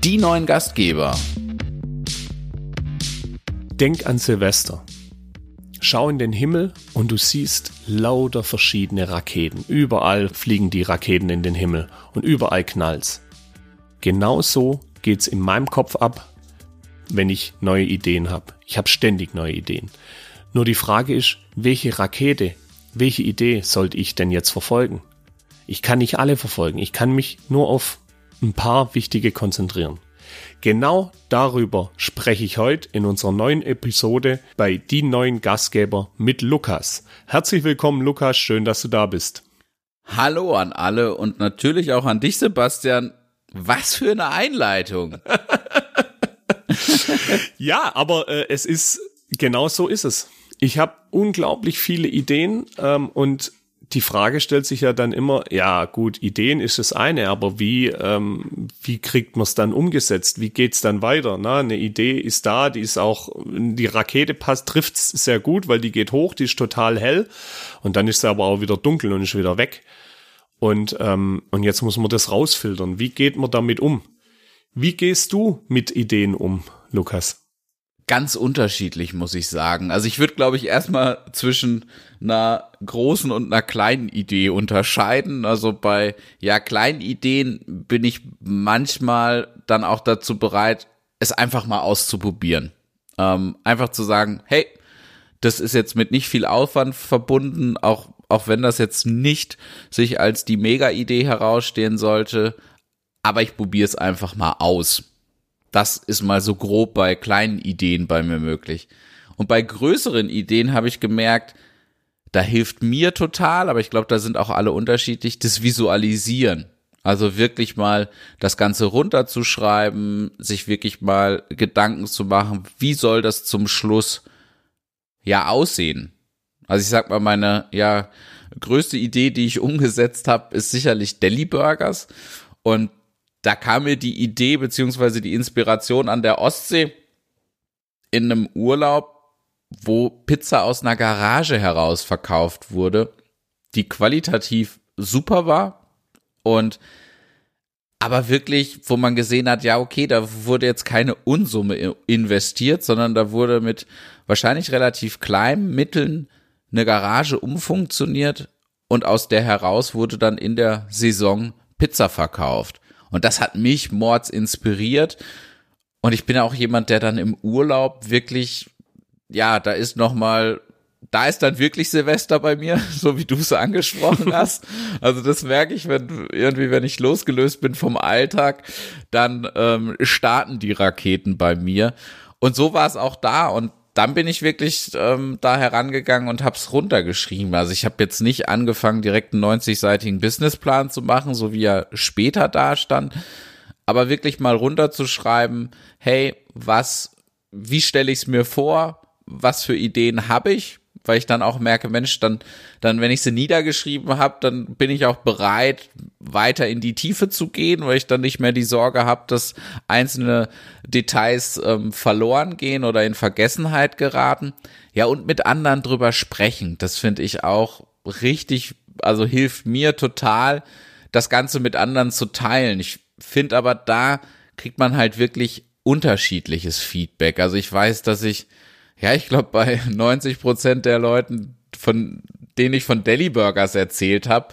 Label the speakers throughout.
Speaker 1: die neuen Gastgeber.
Speaker 2: Denk an Silvester. Schau in den Himmel und du siehst lauter verschiedene Raketen. Überall fliegen die Raketen in den Himmel und überall knallt's. Genauso geht's in meinem Kopf ab, wenn ich neue Ideen habe. Ich habe ständig neue Ideen. Nur die Frage ist, welche Rakete, welche Idee sollte ich denn jetzt verfolgen? Ich kann nicht alle verfolgen. Ich kann mich nur auf ein paar wichtige konzentrieren. Genau darüber spreche ich heute in unserer neuen Episode bei Die neuen Gastgeber mit Lukas. Herzlich willkommen, Lukas. Schön, dass du da bist.
Speaker 1: Hallo an alle und natürlich auch an dich, Sebastian. Was für eine Einleitung.
Speaker 2: Ja, aber genau so ist es. Ich habe unglaublich viele Ideen und die Frage stellt sich ja dann immer, ja gut, Ideen ist das eine, aber wie kriegt man es dann umgesetzt? Wie geht's dann weiter? Na, eine Idee ist da, die ist auch, die Rakete trifft's sehr gut, weil die geht hoch, die ist total hell und dann ist sie aber auch wieder dunkel und ist wieder weg. Und jetzt muss man das rausfiltern. Wie geht man damit um? Wie gehst du mit Ideen um, Lukas?
Speaker 1: Ganz unterschiedlich, muss ich sagen. Also ich würde, glaube ich, erstmal zwischen einer großen und einer kleinen Idee unterscheiden. Also bei kleinen Ideen bin ich manchmal dann auch dazu bereit, es einfach mal auszuprobieren. Einfach zu sagen, hey, das ist jetzt mit nicht viel Aufwand verbunden, auch wenn das jetzt nicht sich als die Mega-Idee herausstehen sollte, aber ich probiere es einfach mal aus. Das ist mal so grob bei kleinen Ideen bei mir möglich. Und bei größeren Ideen habe ich gemerkt, da hilft mir total, aber ich glaube, da sind auch alle unterschiedlich, das Visualisieren. Also wirklich mal das Ganze runterzuschreiben, sich wirklich mal Gedanken zu machen, wie soll das zum Schluss aussehen. Also ich sag mal, meine größte Idee, die ich umgesetzt habe, ist sicherlich Deli Burgers. Und da kam mir die Idee beziehungsweise die Inspiration an der Ostsee in einem Urlaub, wo Pizza aus einer Garage heraus verkauft wurde, die qualitativ super war und aber wirklich, wo man gesehen hat, ja okay, da wurde jetzt keine Unsumme investiert, sondern da wurde mit wahrscheinlich relativ kleinen Mitteln eine Garage umfunktioniert und aus der heraus wurde dann in der Saison Pizza verkauft. Und das hat mich mords inspiriert. Und ich bin auch jemand, der dann im Urlaub wirklich, da ist dann wirklich Silvester bei mir, so wie du es angesprochen hast. Also das merke ich, wenn ich losgelöst bin vom Alltag, dann starten die Raketen bei mir. Und so war es auch da. Und dann bin ich wirklich da herangegangen und hab's runtergeschrieben. Also ich habe jetzt nicht angefangen, direkt einen 90-seitigen Businessplan zu machen, so wie er später da stand, aber wirklich mal runterzuschreiben, hey, wie stelle ich es mir vor, was für Ideen habe ich, weil ich dann auch merke, Mensch, dann wenn ich sie niedergeschrieben habe, dann bin ich auch bereit, weiter in die Tiefe zu gehen, weil ich dann nicht mehr die Sorge habe, dass einzelne Details verloren gehen oder in Vergessenheit geraten. Ja, und mit anderen drüber sprechen, das finde ich auch richtig, also hilft mir total, das Ganze mit anderen zu teilen. Ich finde aber, da kriegt man halt wirklich unterschiedliches Feedback. Also ich weiß, dass ich glaube, bei 90% der Leuten, von denen ich von Deli Burgers erzählt habe,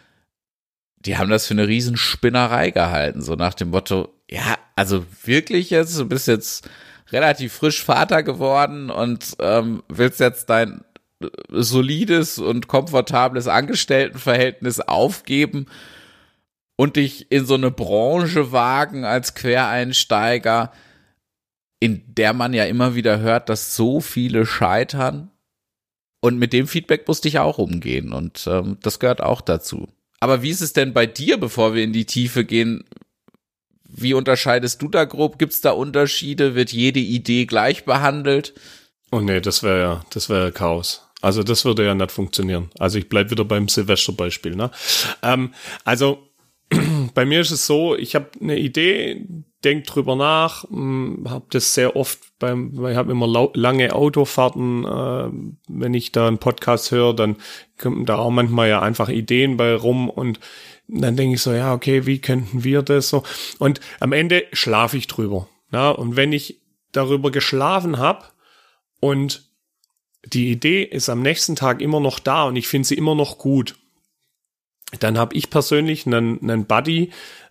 Speaker 1: die haben das für eine Riesenspinnerei gehalten. So nach dem Motto, also wirklich jetzt, du bist jetzt relativ frisch Vater geworden und willst jetzt dein solides und komfortables Angestelltenverhältnis aufgeben und dich in so eine Branche wagen als Quereinsteiger, in der man ja immer wieder hört, dass so viele scheitern. Und mit dem Feedback musste ich auch umgehen und das gehört auch dazu. Aber wie ist es denn bei dir, bevor wir in die Tiefe gehen? Wie unterscheidest du da grob? Gibt es da Unterschiede? Wird jede Idee gleich behandelt?
Speaker 2: Oh nee, das wäre ja Chaos. Also das würde ja nicht funktionieren. Also ich bleib wieder beim Silvesterbeispiel, ne? Also bei mir ist es so, ich habe eine Idee, denk drüber nach, habe das sehr oft weil ich habe immer lange Autofahrten, wenn ich da einen Podcast höre, dann kommen da auch manchmal ja einfach Ideen bei rum und dann denke ich so, ja, okay, wie könnten wir das so? Und am Ende schlafe ich drüber. Ja, und wenn ich darüber geschlafen habe und die Idee ist am nächsten Tag immer noch da und ich finde sie immer noch gut, dann habe ich persönlich einen Buddy,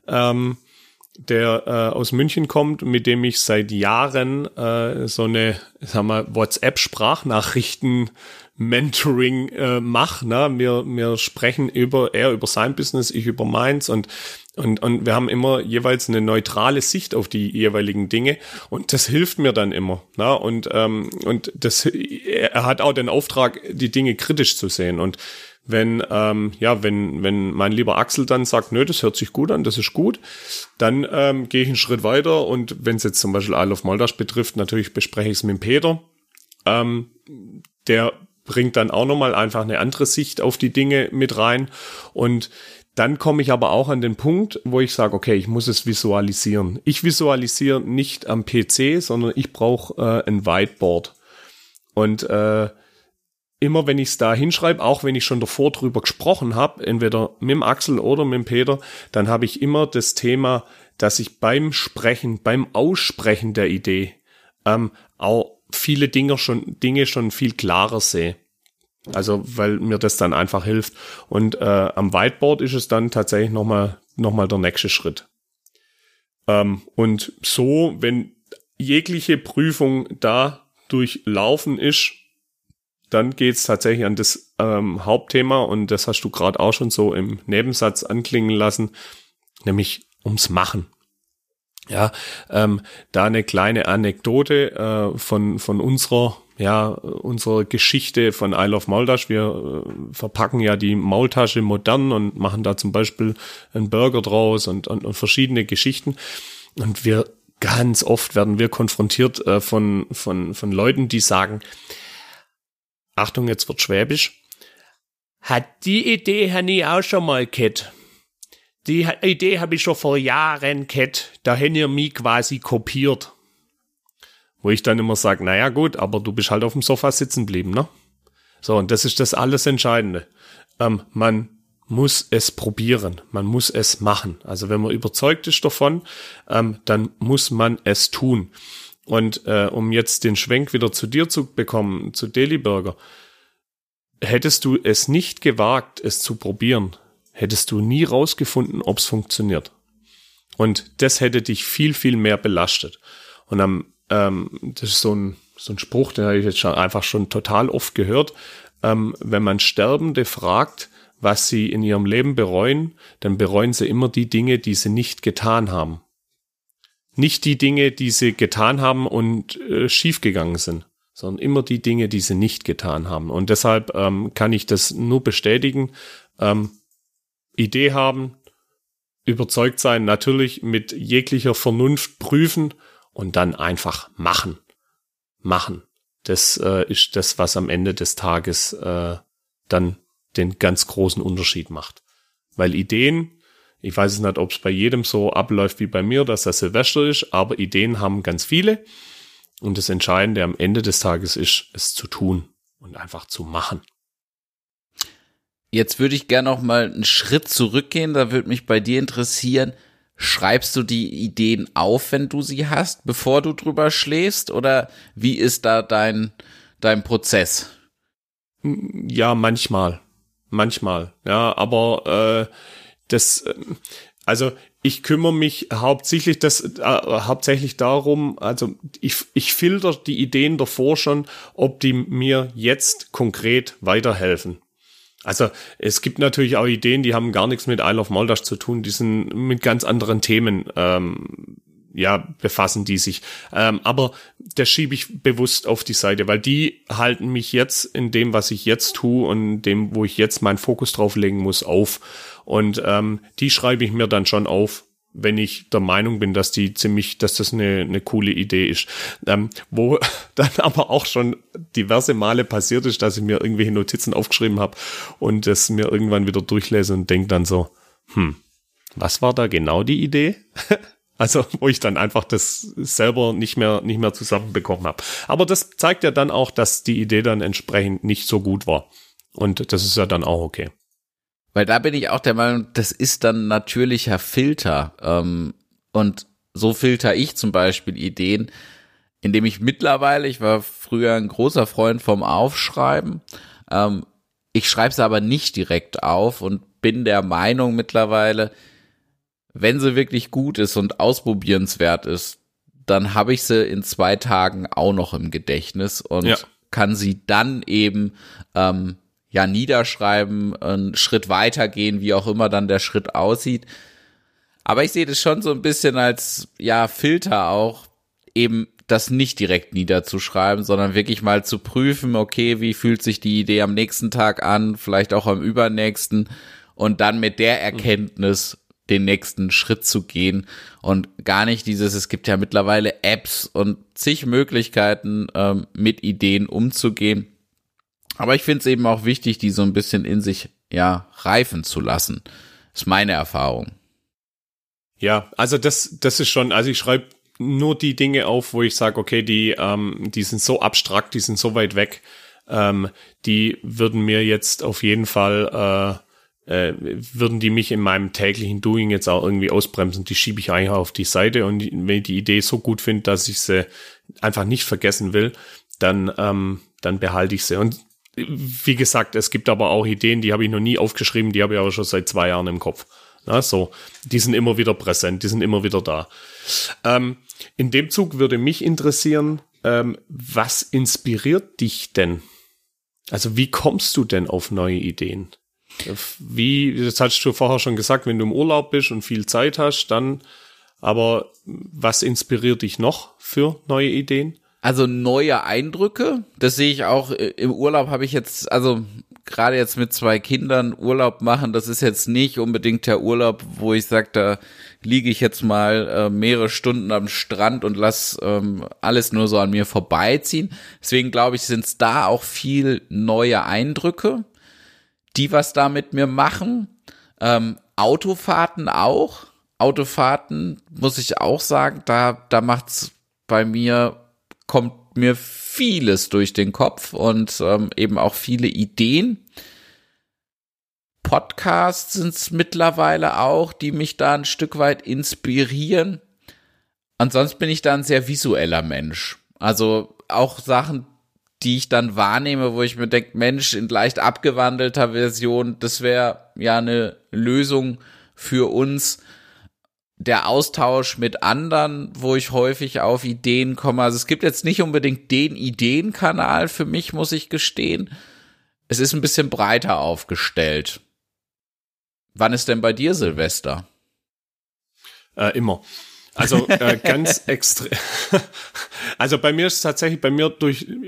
Speaker 2: der aus München kommt, mit dem ich seit Jahren so eine, sagen wir, WhatsApp-Sprachnachrichten Mentoring mache. Ne? Wir sprechen er über sein Business, ich über meins und wir haben immer jeweils eine neutrale Sicht auf die jeweiligen Dinge und das hilft mir dann immer. Ne? Und er hat auch den Auftrag, die Dinge kritisch zu sehen und wenn mein lieber Axel dann sagt, nö, das hört sich gut an, das ist gut, dann gehe ich einen Schritt weiter und wenn es jetzt zum Beispiel Isle of Moldach betrifft, natürlich bespreche ich es mit dem Peter. Der bringt dann auch nochmal einfach eine andere Sicht auf die Dinge mit rein und dann komme ich aber auch an den Punkt, wo ich sage, okay, ich muss es visualisieren. Ich visualisiere nicht am PC, sondern ich brauche ein Whiteboard und immer wenn ich es da hinschreibe, auch wenn ich schon davor drüber gesprochen habe, entweder mit dem Axel oder mit dem Peter, dann habe ich immer das Thema, dass ich beim Sprechen, beim Aussprechen der Idee auch viele Dinge schon viel klarer sehe. Also weil mir das dann einfach hilft. Und am Whiteboard ist es dann tatsächlich nochmal der nächste Schritt. Und so, wenn jegliche Prüfung da durchlaufen ist, dann geht's tatsächlich an das Hauptthema und das hast du gerade auch schon so im Nebensatz anklingen lassen, nämlich ums Machen. Ja, da eine kleine Anekdote von unserer Geschichte von Isle of Moldach. Wir verpacken ja die Maultasche modern und machen da zum Beispiel einen Burger draus und verschiedene Geschichten. Und ganz oft werden wir konfrontiert von Leuten, die sagen, Achtung, jetzt wird schwäbisch. Hat die Idee habe ich auch schon mal gehabt. Die Idee habe ich schon vor Jahren gehabt. Da hätten ihr mich quasi kopiert. Wo ich dann immer sage, naja gut, aber du bist halt auf dem Sofa sitzen geblieben, ne? So, und das ist das alles Entscheidende. Man muss es probieren, man muss es machen. Also wenn man überzeugt ist davon, dann muss man es tun. Und um jetzt den Schwenk wieder zu dir zu bekommen, zu Daily Burger, hättest du es nicht gewagt, es zu probieren, hättest du nie rausgefunden, ob es funktioniert. Und das hätte dich viel, viel mehr belastet. Und das ist so ein Spruch, den habe ich jetzt einfach schon total oft gehört. Wenn man Sterbende fragt, was sie in ihrem Leben bereuen, dann bereuen sie immer die Dinge, die sie nicht getan haben. Nicht die Dinge, die sie getan haben und schiefgegangen sind, sondern immer die Dinge, die sie nicht getan haben. Und deshalb kann ich das nur bestätigen. Idee haben, überzeugt sein, natürlich mit jeglicher Vernunft prüfen und dann einfach machen. Machen. Das ist das, was am Ende des Tages dann den ganz großen Unterschied macht. Weil Ideen, ich weiß es nicht, ob es bei jedem so abläuft wie bei mir, dass das Silvester ist, aber Ideen haben ganz viele. Und das Entscheidende am Ende des Tages ist, es zu tun und einfach zu machen.
Speaker 1: Jetzt würde ich gerne noch mal einen Schritt zurückgehen. Da würde mich bei dir interessieren, schreibst du die Ideen auf, wenn du sie hast, bevor du drüber schläfst? Oder wie ist da dein Prozess?
Speaker 2: Ja, manchmal. Ja, aber also ich kümmere mich hauptsächlich darum, also ich filter die Ideen davor schon, ob die mir jetzt konkret weiterhelfen. Also es gibt natürlich auch Ideen, die haben gar nichts mit Isle of Moldach zu tun, die sind mit ganz anderen Themen befassen die sich. Aber das schiebe ich bewusst auf die Seite, weil die halten mich jetzt in dem, was ich jetzt tue und dem, wo ich jetzt meinen Fokus drauf legen muss, auf. Und die schreibe ich mir dann schon auf, wenn ich der Meinung bin, dass das eine coole Idee ist. Wo dann aber auch schon diverse Male passiert ist, dass ich mir irgendwelche Notizen aufgeschrieben habe und das mir irgendwann wieder durchlese und denke dann so, Was war da genau die Idee? Also, wo ich dann einfach das selber nicht mehr zusammenbekommen habe. Aber das zeigt ja dann auch, dass die Idee dann entsprechend nicht so gut war. Und das ist ja dann auch okay.
Speaker 1: Weil da bin ich auch der Meinung, das ist dann natürlicher Filter. Und so filter ich zum Beispiel Ideen, indem ich mittlerweile, ich war früher ein großer Freund vom Aufschreiben, ich schreibe es aber nicht direkt auf und bin der Meinung mittlerweile, wenn sie wirklich gut ist und ausprobierenswert ist, dann habe ich sie in 2 Tagen auch noch im Gedächtnis und kann sie dann eben niederschreiben, einen Schritt weitergehen, wie auch immer dann der Schritt aussieht. Aber ich sehe das schon so ein bisschen als Filter auch, eben das nicht direkt niederzuschreiben, sondern wirklich mal zu prüfen, okay, wie fühlt sich die Idee am nächsten Tag an, vielleicht auch am übernächsten und dann mit der Erkenntnis den nächsten Schritt zu gehen und gar nicht es gibt ja mittlerweile Apps und zig Möglichkeiten, mit Ideen umzugehen. Aber ich finde es eben auch wichtig, die so ein bisschen in sich reifen zu lassen. Das ist meine Erfahrung.
Speaker 2: Ja, also das ist schon, also ich schreibe nur die Dinge auf, wo ich sage, okay, die sind so abstrakt, die sind so weit weg, die würden mir jetzt auf jeden Fall, würden die mich in meinem täglichen Doing jetzt auch irgendwie ausbremsen. Die schiebe ich eigentlich auf die Seite und wenn ich die Idee so gut finde, dass ich sie einfach nicht vergessen will, dann behalte ich sie. Und wie gesagt, es gibt aber auch Ideen, die habe ich noch nie aufgeschrieben, die habe ich aber schon seit 2 Jahren im Kopf. Na, so, die sind immer wieder präsent, die sind immer wieder da. In dem Zug würde mich interessieren, was inspiriert dich denn? Also wie kommst du denn auf neue Ideen? Das hast du vorher schon gesagt, wenn du im Urlaub bist und viel Zeit hast, dann, aber was inspiriert dich noch für neue Ideen?
Speaker 1: Also neue Eindrücke, das sehe ich auch im Urlaub habe ich jetzt, also gerade jetzt mit 2 Kindern Urlaub machen, das ist jetzt nicht unbedingt der Urlaub, wo ich sage, da liege ich jetzt mal mehrere Stunden am Strand und lass alles nur so an mir vorbeiziehen. Deswegen glaube ich, sind es da auch viel neue Eindrücke, die was da mit mir machen. Autofahrten auch. Autofahrten muss ich auch sagen, da macht's bei mir, kommt mir vieles durch den Kopf und eben auch viele Ideen. Podcasts sind es mittlerweile auch, die mich da ein Stück weit inspirieren. Ansonsten bin ich da ein sehr visueller Mensch. Also auch Sachen, die ich dann wahrnehme, wo ich mir denke, Mensch, in leicht abgewandelter Version, das wäre ja eine Lösung für uns. Der Austausch mit anderen, wo ich häufig auf Ideen komme. Also es gibt jetzt nicht unbedingt den Ideenkanal für mich, muss ich gestehen. Es ist ein bisschen breiter aufgestellt. Wann ist denn bei dir Silvester?
Speaker 2: Immer. Also ganz extrem. Also bei mir ist es tatsächlich, bei mir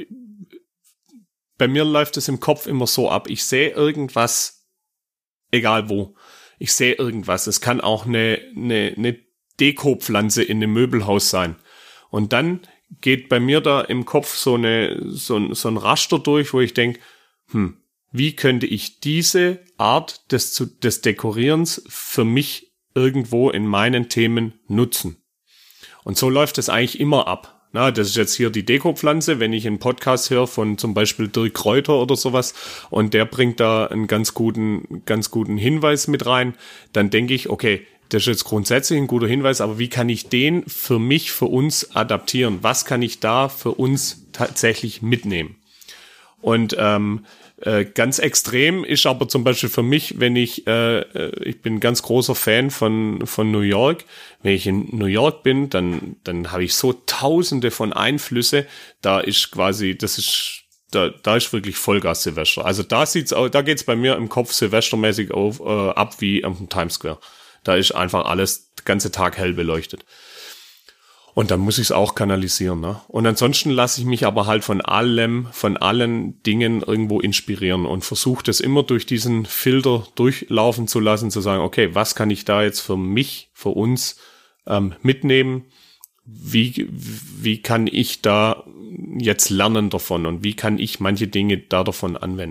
Speaker 2: läuft es im Kopf immer so ab. Ich sehe irgendwas, egal wo. Ich sehe irgendwas. Es kann auch eine Dekopflanze in einem Möbelhaus sein. Und dann geht bei mir da im Kopf so ein Raster durch, wo ich denke, wie könnte ich diese Art des Dekorierens für mich irgendwo in meinen Themen nutzen? Und so läuft es eigentlich immer ab. Na, das ist jetzt hier die Dekopflanze, wenn ich einen Podcast höre von zum Beispiel Dirk Kräuter oder sowas und der bringt da einen ganz guten Hinweis mit rein, dann denke ich, okay, das ist jetzt grundsätzlich ein guter Hinweis, aber wie kann ich den für mich, für uns adaptieren? Was kann ich da für uns tatsächlich mitnehmen? Und ganz extrem ist aber zum Beispiel für mich, wenn ich bin ein ganz großer Fan von New York. Wenn ich in New York bin, dann habe ich so Tausende von Einflüsse. Da ist quasi, da ist wirklich Vollgas Silvester. Also da geht's bei mir im Kopf silvestermäßig ab wie am Times Square. Da ist einfach alles den ganzen Tag hell beleuchtet. Und dann muss ich es auch kanalisieren, ne? Und ansonsten lasse ich mich aber halt von allen Dingen irgendwo inspirieren und versuche das immer durch diesen Filter durchlaufen zu lassen, zu sagen, okay, was kann ich da jetzt für mich, für uns mitnehmen? Wie kann ich da jetzt lernen davon und wie kann ich manche Dinge da davon anwenden?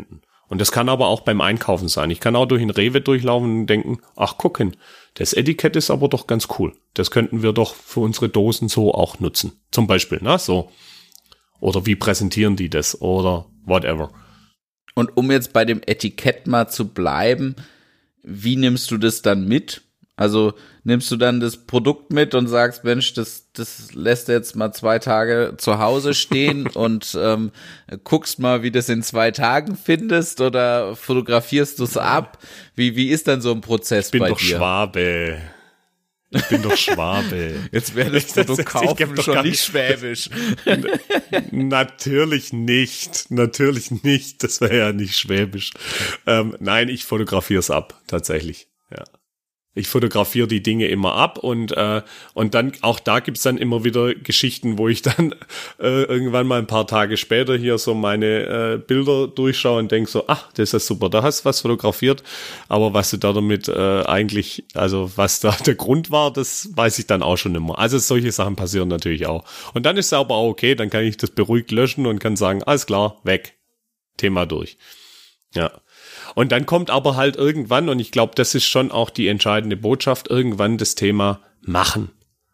Speaker 2: Und das kann aber auch beim Einkaufen sein. Ich kann auch durch ein Rewe durchlaufen und denken, ach gucken, das Etikett ist aber doch ganz cool. Das könnten wir doch für unsere Dosen so auch nutzen. Zum Beispiel, so. Oder wie präsentieren die das? Oder whatever.
Speaker 1: Und um jetzt bei dem Etikett mal zu bleiben, wie nimmst du das dann mit? Also nimmst du dann das Produkt mit und sagst, Mensch, das lässt jetzt mal 2 Tage zu Hause stehen und guckst mal, wie das in 2 Tagen findest oder fotografierst du es ab? Wie ist dann so ein Prozess bei dir?
Speaker 2: Ich bin doch Schwabe.
Speaker 1: Jetzt wäre das Produkt kaufen schon nicht schwäbisch.
Speaker 2: Natürlich nicht. Das wäre ja nicht schwäbisch. Nein, ich fotografiere es ab, tatsächlich. Ja. Ich fotografiere die Dinge immer ab und dann, auch da gibt's dann immer wieder Geschichten, wo ich dann irgendwann mal ein paar Tage später hier so meine Bilder durchschaue und denke so, ach, das ist super, da hast du was fotografiert, aber was du da damit eigentlich, also was da der Grund war, das weiß ich dann auch schon immer. Also solche Sachen passieren natürlich auch. Und dann ist es aber auch okay, dann kann ich das beruhigt löschen und kann sagen, alles klar, weg, Thema durch. Ja. Und dann kommt aber halt irgendwann, und ich glaube, das ist schon auch die entscheidende Botschaft, irgendwann das Thema machen.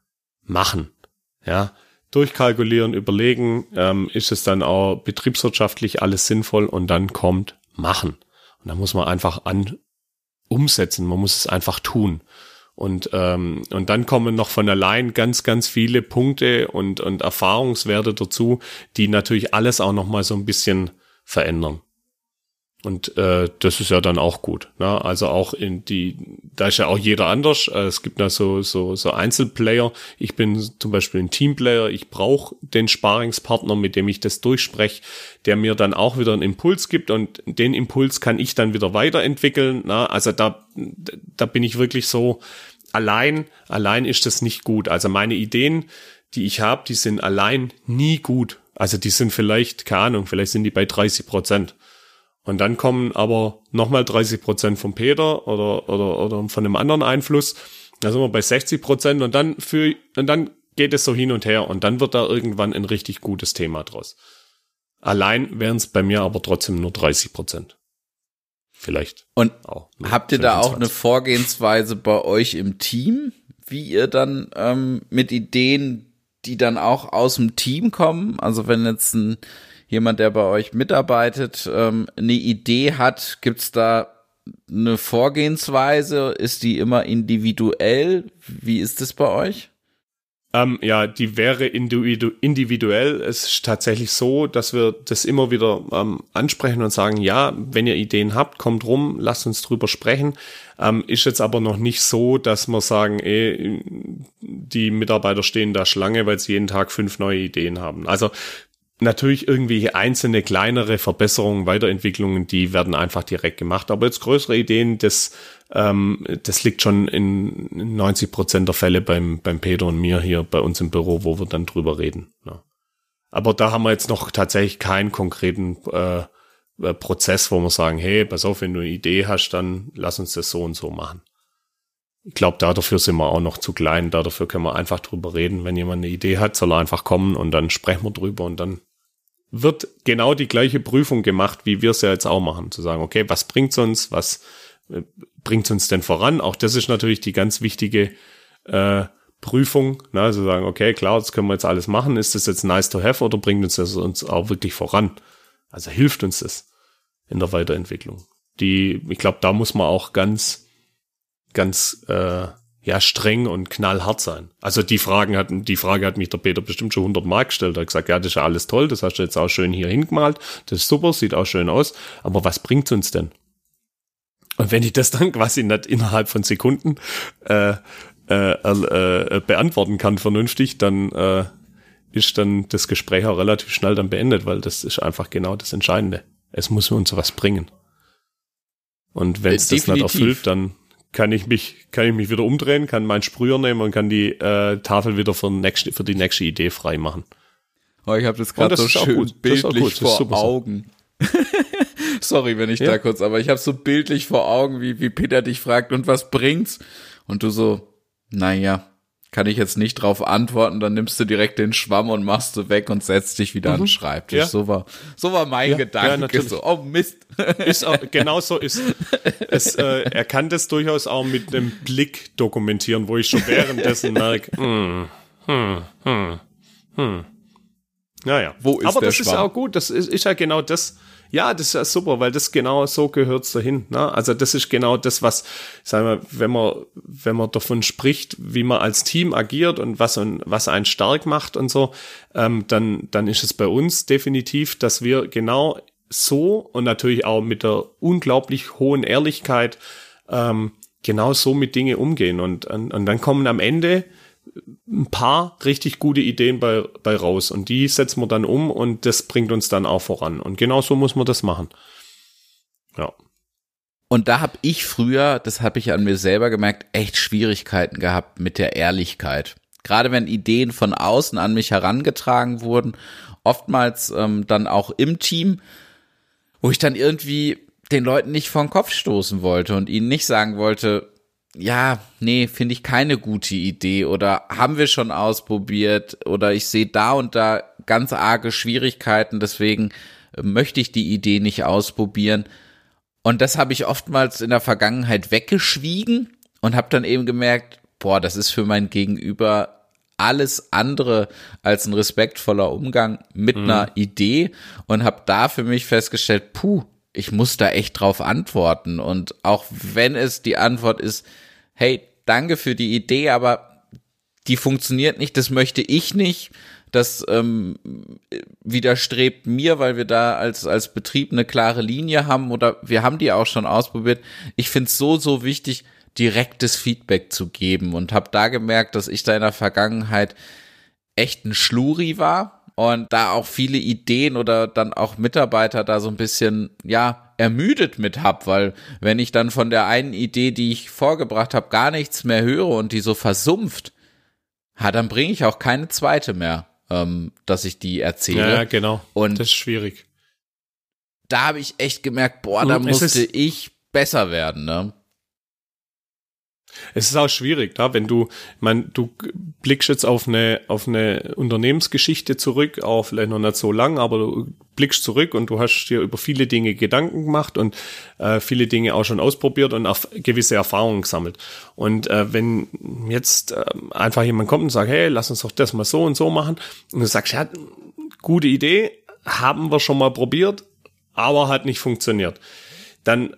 Speaker 2: Ja, durchkalkulieren, überlegen, ist es dann auch betriebswirtschaftlich alles sinnvoll, und dann kommt machen. Und da muss man einfach umsetzen, man muss es einfach tun. Und dann kommen noch von allein ganz, ganz viele Punkte und Erfahrungswerte dazu, die natürlich alles auch noch mal so ein bisschen verändern. Und das ist ja dann auch gut. Ne? Also auch da ist ja auch jeder anders. Es gibt da so Einzelplayer. Ich bin zum Beispiel ein Teamplayer. Ich brauche den Sparingspartner, mit dem ich das durchspreche, der mir dann auch wieder einen Impuls gibt, und den Impuls kann ich dann wieder weiterentwickeln. Ne? Also da bin ich wirklich so, allein ist das nicht gut. Also meine Ideen, die ich habe, die sind allein nie gut. Also die sind vielleicht, keine Ahnung, vielleicht sind die bei 30%. Und dann kommen aber nochmal 30% vom Peter oder von einem anderen Einfluss. Da sind wir bei 60%, und dann geht es so hin und her, und dann wird da irgendwann ein richtig gutes Thema draus. Allein wären es bei mir aber trotzdem nur 30%. Vielleicht.
Speaker 1: Und
Speaker 2: auch
Speaker 1: habt ihr
Speaker 2: 25.
Speaker 1: da auch eine Vorgehensweise bei euch im Team, wie ihr dann mit Ideen, die dann auch aus dem Team kommen? Also wenn jetzt jemand, der bei euch mitarbeitet, eine Idee hat, gibt's da eine Vorgehensweise? Ist die immer individuell? Wie ist es bei euch?
Speaker 2: Ja, die wäre individuell. Es ist tatsächlich so, dass wir das immer wieder ansprechen und sagen, ja, wenn ihr Ideen habt, kommt rum, lasst uns drüber sprechen. Ist jetzt aber noch nicht so, dass wir sagen, die Mitarbeiter stehen da Schlange, weil sie jeden Tag 5 neue Ideen haben. Also natürlich irgendwie einzelne kleinere Verbesserungen, Weiterentwicklungen, die werden einfach direkt gemacht. Aber jetzt größere Ideen, das liegt schon in 90% der Fälle beim Peter und mir hier bei uns im Büro, wo wir dann drüber reden. Ja. Aber da haben wir jetzt noch tatsächlich keinen konkreten Prozess, wo wir sagen, hey, pass auf, wenn du eine Idee hast, dann lass uns das so und so machen. Ich glaube, dafür sind wir auch noch zu klein. Dafür können wir einfach drüber reden. Wenn jemand eine Idee hat, soll er einfach kommen, und dann sprechen wir drüber, und dann wird genau die gleiche Prüfung gemacht, wie wir es ja jetzt auch machen. Zu sagen, okay, was bringt's uns? Was bringt's uns denn voran? Auch das ist natürlich die ganz wichtige Prüfung. Ne? Also sagen, okay, klar, das können wir jetzt alles machen. Ist das jetzt nice to have, oder bringt uns das uns auch wirklich voran? Also hilft uns das in der Weiterentwicklung? Ich glaube, da muss man auch ganz streng und knallhart sein. Also die Frage hat mich der Peter bestimmt schon 100 Mal gestellt. Er hat gesagt, ja, das ist ja alles toll, das hast du jetzt auch schön hier hingemalt, das ist super, sieht auch schön aus, aber was bringt's uns denn? Und wenn ich das dann quasi nicht innerhalb von Sekunden beantworten kann vernünftig, dann ist dann das Gespräch auch relativ schnell dann beendet, weil das ist einfach genau das Entscheidende. Es muss uns was bringen. Und wenn es das nicht erfüllt, dann kann ich mich wieder umdrehen, kann meinen Sprüher nehmen und kann die Tafel wieder für die nächste Idee frei machen.
Speaker 1: Oh, ich habe das gerade so schön bildlich vor Augen. Sorry, wenn ich da kurz, aber ich habe so bildlich vor Augen, wie Peter dich fragt, und was bringt's? Und du so, naja, kann ich jetzt nicht drauf antworten, dann nimmst du direkt den Schwamm und machst du weg und setzt dich wieder an den Schreibtisch. Ja. So war mein Gedanke. Ja, so, oh Mist.
Speaker 2: Ist auch, genau so ist es. Er kann das durchaus auch mit einem Blick dokumentieren, wo ich schon währenddessen merke, Naja.
Speaker 1: Wo ist
Speaker 2: aber
Speaker 1: der
Speaker 2: das
Speaker 1: Schwamm?
Speaker 2: Ist ja auch gut, das ist ja genau das. Ja, das ist ja super, weil das genau so gehört's dahin. Ne? Also das ist genau das, was, sagen wir, wenn man davon spricht, wie man als Team agiert und was einen stark macht und so, dann ist es bei uns definitiv, dass wir genau so und natürlich auch mit der unglaublich hohen Ehrlichkeit genau so mit Dingen umgehen und dann kommen am Ende ein paar richtig gute Ideen bei raus und die setzen wir dann um und das bringt uns dann auch voran und genau so muss man das machen. Ja.
Speaker 1: Und da habe ich früher, das habe ich an mir selber gemerkt, echt Schwierigkeiten gehabt mit der Ehrlichkeit. Gerade wenn Ideen von außen an mich herangetragen wurden, oftmals dann auch im Team, wo ich dann irgendwie den Leuten nicht vor den Kopf stoßen wollte und ihnen nicht sagen wollte, ja, nee, finde ich keine gute Idee oder haben wir schon ausprobiert oder ich sehe da und da ganz arge Schwierigkeiten, deswegen möchte ich die Idee nicht ausprobieren. Und das habe ich oftmals in der Vergangenheit weggeschwiegen und habe dann eben gemerkt, boah, das ist für mein Gegenüber alles andere als ein respektvoller Umgang mit einer Idee und habe da für mich festgestellt, ich muss da echt drauf antworten und auch wenn es die Antwort ist, hey, danke für die Idee, aber die funktioniert nicht, das möchte ich nicht, das widerstrebt mir, weil wir da als Betrieb eine klare Linie haben oder wir haben die auch schon ausprobiert. Ich finde es so wichtig, direktes Feedback zu geben und habe da gemerkt, dass ich da in der Vergangenheit echt ein Schluri war. Und da auch viele Ideen oder dann auch Mitarbeiter da so ein bisschen, ermüdet mit hab, weil wenn ich dann von der einen Idee, die ich vorgebracht habe, gar nichts mehr höre und die so versumpft, dann bringe ich auch keine zweite mehr, dass ich die erzähle.
Speaker 2: Ja, genau.
Speaker 1: Und
Speaker 2: das ist schwierig.
Speaker 1: Da habe ich echt gemerkt, da musste ich besser werden, ne?
Speaker 2: Es ist auch schwierig, da, wenn du blickst jetzt auf eine Unternehmensgeschichte zurück, auch vielleicht noch nicht so lang, aber du blickst zurück und du hast dir über viele Dinge Gedanken gemacht und viele Dinge auch schon ausprobiert und auf gewisse Erfahrungen gesammelt. Und wenn jetzt einfach jemand kommt und sagt, hey, lass uns doch das mal so und so machen, und du sagst, ja, gute Idee, haben wir schon mal probiert, aber hat nicht funktioniert, dann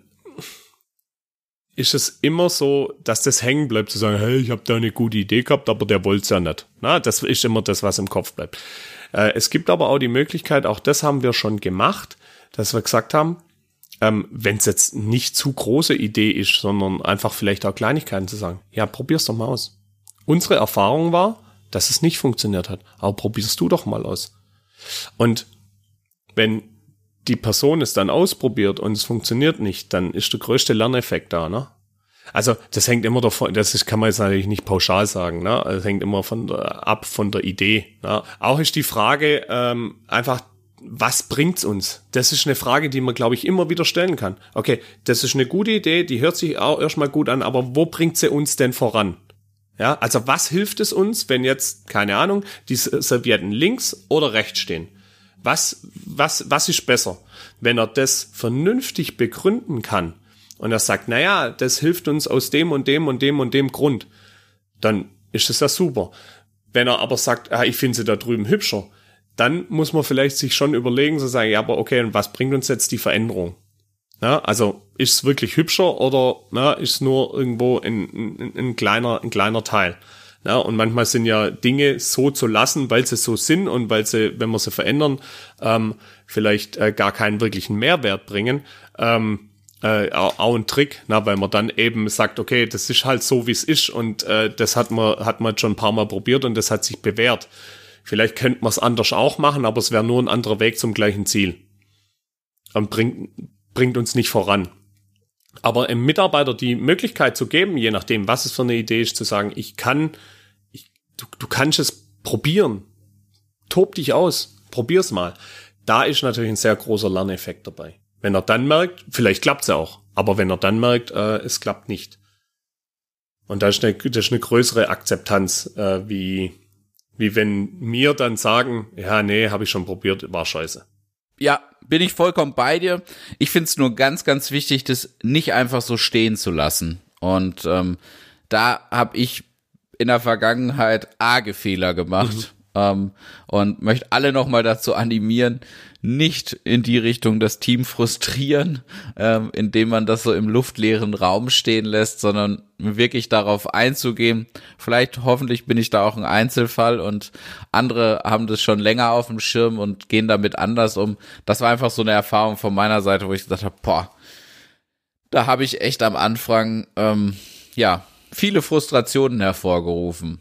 Speaker 2: ist es immer so, dass das hängen bleibt, zu sagen, hey, ich habe da eine gute Idee gehabt, aber der wollte es ja nicht. Na, das ist immer das, was im Kopf bleibt. Es gibt aber auch die Möglichkeit, auch das haben wir schon gemacht, dass wir gesagt haben, wenn es jetzt nicht zu große Idee ist, sondern einfach vielleicht auch Kleinigkeiten zu sagen, ja, probier's doch mal aus. Unsere Erfahrung war, dass es nicht funktioniert hat, aber probierst du doch mal aus. Und wenn die Person es dann ausprobiert und es funktioniert nicht, dann ist der größte Lerneffekt da, ne? Also, das hängt immer davon, kann man jetzt natürlich nicht pauschal sagen, ne? Das hängt immer ab von der Idee, ne? Auch ist die Frage, einfach, was bringt's uns? Das ist eine Frage, die man, glaube ich, immer wieder stellen kann. Okay, das ist eine gute Idee, die hört sich auch erstmal gut an, aber wo bringt sie uns denn voran? Ja, also was hilft es uns, wenn jetzt, keine Ahnung, die Servietten links oder rechts stehen? Was ist besser? Wenn er das vernünftig begründen kann und er sagt, naja, das hilft uns aus dem und dem und dem und dem Grund, dann ist das ja super. Wenn er aber sagt, ich finde sie da drüben hübscher, dann muss man vielleicht sich schon überlegen, so sagen, ja, aber okay, und was bringt uns jetzt die Veränderung? Ja, also ist es wirklich hübscher oder ist es nur irgendwo ein kleiner Teil? Ja, und manchmal sind ja Dinge so zu lassen, weil sie so sind und weil sie, wenn wir sie verändern, vielleicht gar keinen wirklichen Mehrwert bringen. Auch ein Trick, weil man dann eben sagt, okay, das ist halt so, wie es ist und das hat man schon ein paar Mal probiert und das hat sich bewährt. Vielleicht könnte man es anders auch machen, aber es wäre nur ein anderer Weg zum gleichen Ziel. Und bringt uns nicht voran. Aber einem Mitarbeiter die Möglichkeit zu geben, je nachdem, was es für eine Idee ist, zu sagen, du kannst es probieren. Tob dich aus. Probier's mal. Da ist natürlich ein sehr großer Lerneffekt dabei. Wenn er dann merkt, vielleicht klappt's ja auch, aber wenn er dann merkt, es klappt nicht, Und das ist eine größere Akzeptanz, wie wenn mir dann sagen, ja, nee, habe ich schon probiert, war scheiße.
Speaker 1: Ja, bin ich vollkommen bei dir. Ich finde es nur ganz, ganz wichtig, das nicht einfach so stehen zu lassen. Und da habe ich in der Vergangenheit arge Fehler gemacht. Und möchte alle nochmal dazu animieren, nicht in die Richtung das Team frustrieren, indem man das so im luftleeren Raum stehen lässt, sondern wirklich darauf einzugehen. Vielleicht, hoffentlich bin ich da auch ein Einzelfall und andere haben das schon länger auf dem Schirm und gehen damit anders um. Das war einfach so eine Erfahrung von meiner Seite, wo ich gesagt habe, da habe ich echt am Anfang, viele Frustrationen hervorgerufen.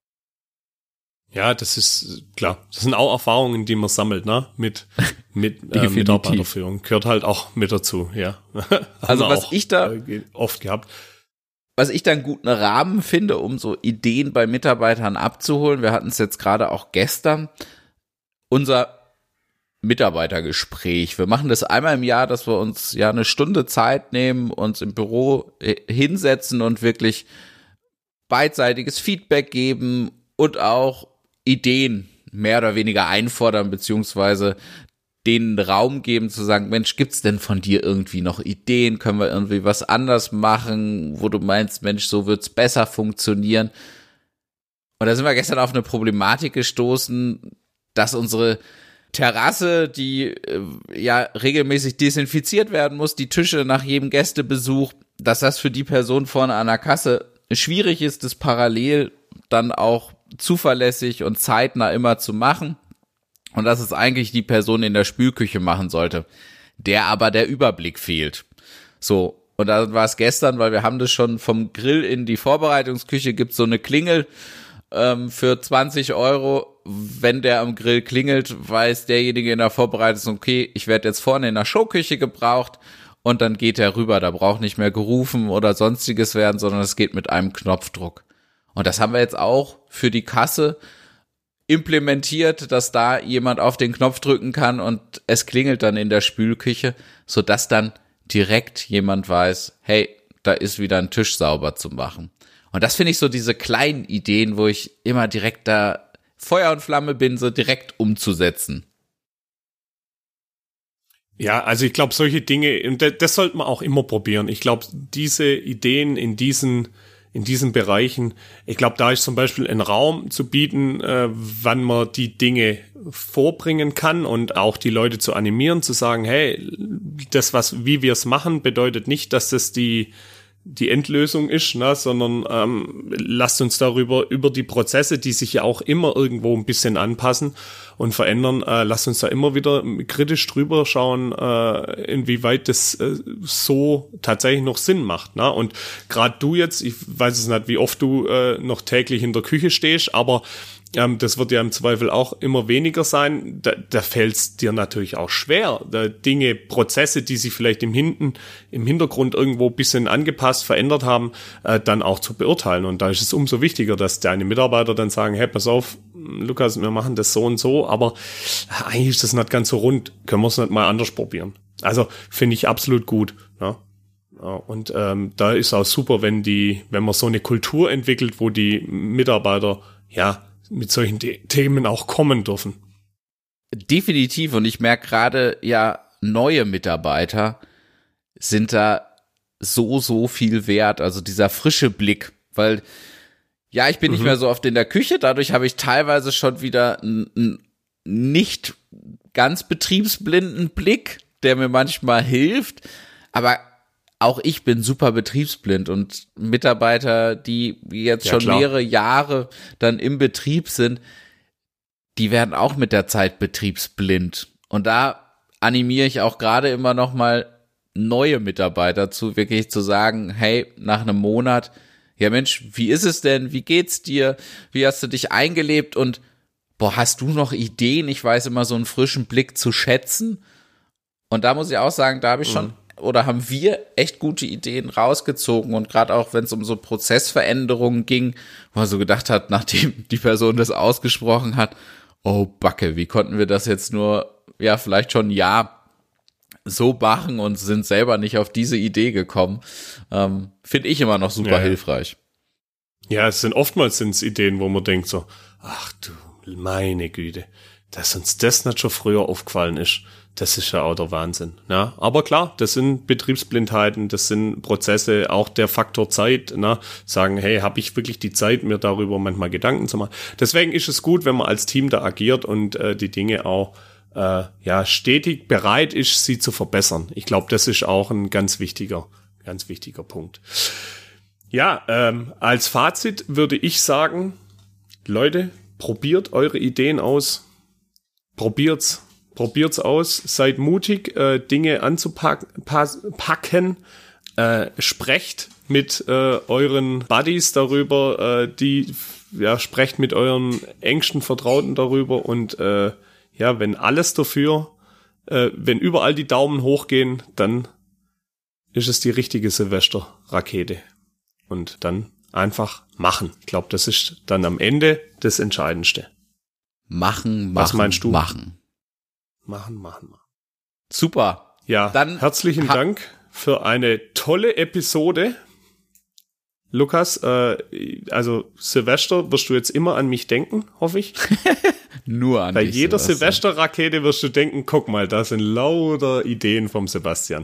Speaker 2: Ja, das ist klar. Das sind auch Erfahrungen, die man sammelt, ne? Mit Mitarbeiterführung. Gehört halt auch mit dazu, ja.
Speaker 1: Also was ich da
Speaker 2: oft gehabt.
Speaker 1: Was ich da einen guten Rahmen finde, um so Ideen bei Mitarbeitern abzuholen, wir hatten es jetzt gerade auch gestern, unser Mitarbeitergespräch. Wir machen das einmal im Jahr, dass wir uns ja eine Stunde Zeit nehmen, uns im Büro hinsetzen und wirklich beidseitiges Feedback geben und auch Ideen mehr oder weniger einfordern, beziehungsweise denen Raum geben zu sagen, Mensch, gibt's denn von dir irgendwie noch Ideen? Können wir irgendwie was anders machen, wo du meinst, Mensch, so wird's besser funktionieren? Und da sind wir gestern auf eine Problematik gestoßen, dass unsere Terrasse, die regelmäßig desinfiziert werden muss, die Tische nach jedem Gästebesuch, dass das für die Person vorne an der Kasse schwierig ist, das parallel dann auch zuverlässig und zeitnah immer zu machen und dass es eigentlich die Person in der Spülküche machen sollte, der aber der Überblick fehlt. So, und da war es gestern, weil wir haben das schon vom Grill in die Vorbereitungsküche, gibt so eine Klingel für 20 €. Wenn der am Grill klingelt, weiß derjenige in der Vorbereitung, okay, ich werde jetzt vorne in der Showküche gebraucht und dann geht er rüber, da braucht nicht mehr gerufen oder sonstiges werden, sondern es geht mit einem Knopfdruck. Und das haben wir jetzt auch für die Kasse implementiert, dass da jemand auf den Knopf drücken kann und es klingelt dann in der Spülküche, sodass dann direkt jemand weiß, hey, da ist wieder ein Tisch sauber zu machen. Und das finde ich so diese kleinen Ideen, wo ich immer direkt da Feuer und Flamme bin, so direkt umzusetzen.
Speaker 2: Ja, also ich glaube, solche Dinge, und das sollte man auch immer probieren. Ich glaube, diese Ideen in diesen Bereichen, ich glaube, da ist zum Beispiel ein Raum zu bieten, wann man die Dinge vorbringen kann und auch die Leute zu animieren, zu sagen, hey, wie wir es machen, bedeutet nicht, dass das die Endlösung ist, ne, sondern lasst uns über die Prozesse, die sich ja auch immer irgendwo ein bisschen anpassen und verändern, lasst uns da immer wieder kritisch drüber schauen, inwieweit das so tatsächlich noch Sinn macht. Ne? Und gerade du jetzt, ich weiß es nicht, wie oft du noch täglich in der Küche stehst, aber das wird ja im Zweifel auch immer weniger sein. Da fällt es dir natürlich auch schwer, Prozesse, die sich vielleicht im Hintergrund irgendwo ein bisschen angepasst, verändert haben, dann auch zu beurteilen. Und da ist es umso wichtiger, dass deine Mitarbeiter dann sagen, hey, pass auf, Lukas, wir machen das so und so, aber eigentlich ist das nicht ganz so rund. Können wir es nicht mal anders probieren? Also finde ich absolut gut. Ne? Ja, und da ist auch super, wenn man so eine Kultur entwickelt, wo die Mitarbeiter mit solchen Themen auch kommen dürfen.
Speaker 1: Definitiv. Und ich merke gerade, neue Mitarbeiter sind da so viel wert. Also dieser frische Blick, weil ich bin nicht mehr so oft in der Küche. Dadurch habe ich teilweise schon wieder einen nicht ganz betriebsblinden Blick, der mir manchmal hilft. Aber auch ich bin super betriebsblind und Mitarbeiter, die jetzt schon mehrere Jahre dann im Betrieb sind, die werden auch mit der Zeit betriebsblind. Und da animiere ich auch gerade immer noch mal neue Mitarbeiter zu, wirklich zu sagen, hey, nach einem Monat, ja Mensch, wie ist es denn? Wie geht's dir? Wie hast du dich eingelebt? Und hast du noch Ideen? Ich weiß immer, so einen frischen Blick zu schätzen. Und da muss ich auch sagen, da habe ich schon oder haben wir echt gute Ideen rausgezogen und gerade auch, wenn es um so Prozessveränderungen ging, wo man so gedacht hat, nachdem die Person das ausgesprochen hat, oh Backe, wie konnten wir das jetzt nur, vielleicht schon ein Jahr so machen und sind selber nicht auf diese Idee gekommen, finde ich immer noch super hilfreich.
Speaker 2: Ja, oftmals sind es Ideen, wo man denkt so, ach du meine Güte, dass uns das nicht schon früher aufgefallen ist, das ist ja auch der Wahnsinn. Ja, aber klar, das sind Betriebsblindheiten, das sind Prozesse, auch der Faktor Zeit, sagen, hey, habe ich wirklich die Zeit, mir darüber manchmal Gedanken zu machen. Deswegen ist es gut, wenn man als Team da agiert und die Dinge auch stetig bereit ist, sie zu verbessern. Ich glaube, das ist auch ein ganz wichtiger Punkt. Ja, als Fazit würde ich sagen, Leute, probiert eure Ideen aus. Probiert's aus. Seid mutig, Dinge anzupacken. Sprecht mit euren Buddies darüber. Sprecht mit euren engsten Vertrauten darüber. Und wenn alles dafür, wenn überall die Daumen hochgehen, dann ist es die richtige Silvesterrakete. Und dann einfach machen. Ich glaube, das ist dann am Ende das Entscheidendste.
Speaker 1: Machen.
Speaker 2: Was meinst du?
Speaker 1: Machen. Super.
Speaker 2: Ja, dann herzlichen Dank für eine tolle Episode. Lukas, also Silvester wirst du jetzt immer an mich denken, hoffe ich.
Speaker 1: Nur an
Speaker 2: Bei
Speaker 1: dich,
Speaker 2: jeder
Speaker 1: Sebastian.
Speaker 2: Silvesterrakete wirst du denken, guck mal, da sind lauter Ideen vom Sebastian.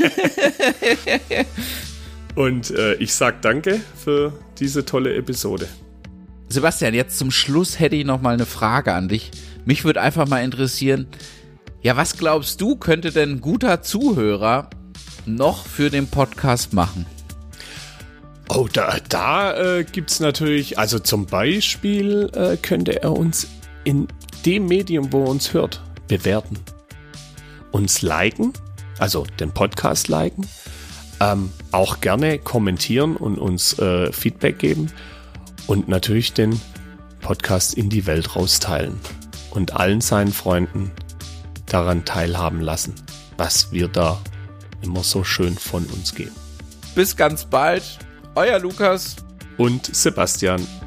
Speaker 2: Und ich sag danke für diese tolle Episode.
Speaker 1: Sebastian, jetzt zum Schluss hätte ich noch mal eine Frage an dich. Mich würde einfach mal interessieren, ja, was glaubst du, könnte denn ein guter Zuhörer noch für den Podcast machen?
Speaker 2: Oh, da gibt's natürlich, also zum Beispiel könnte er uns in dem Medium, wo er uns hört, bewerten. Uns liken, also den Podcast liken, auch gerne kommentieren und uns Feedback geben und natürlich den Podcast in die Welt rausteilen und allen seinen Freunden daran teilhaben lassen, was wir da immer so schön von uns geben.
Speaker 1: Bis ganz bald, euer Lukas
Speaker 2: und Sebastian.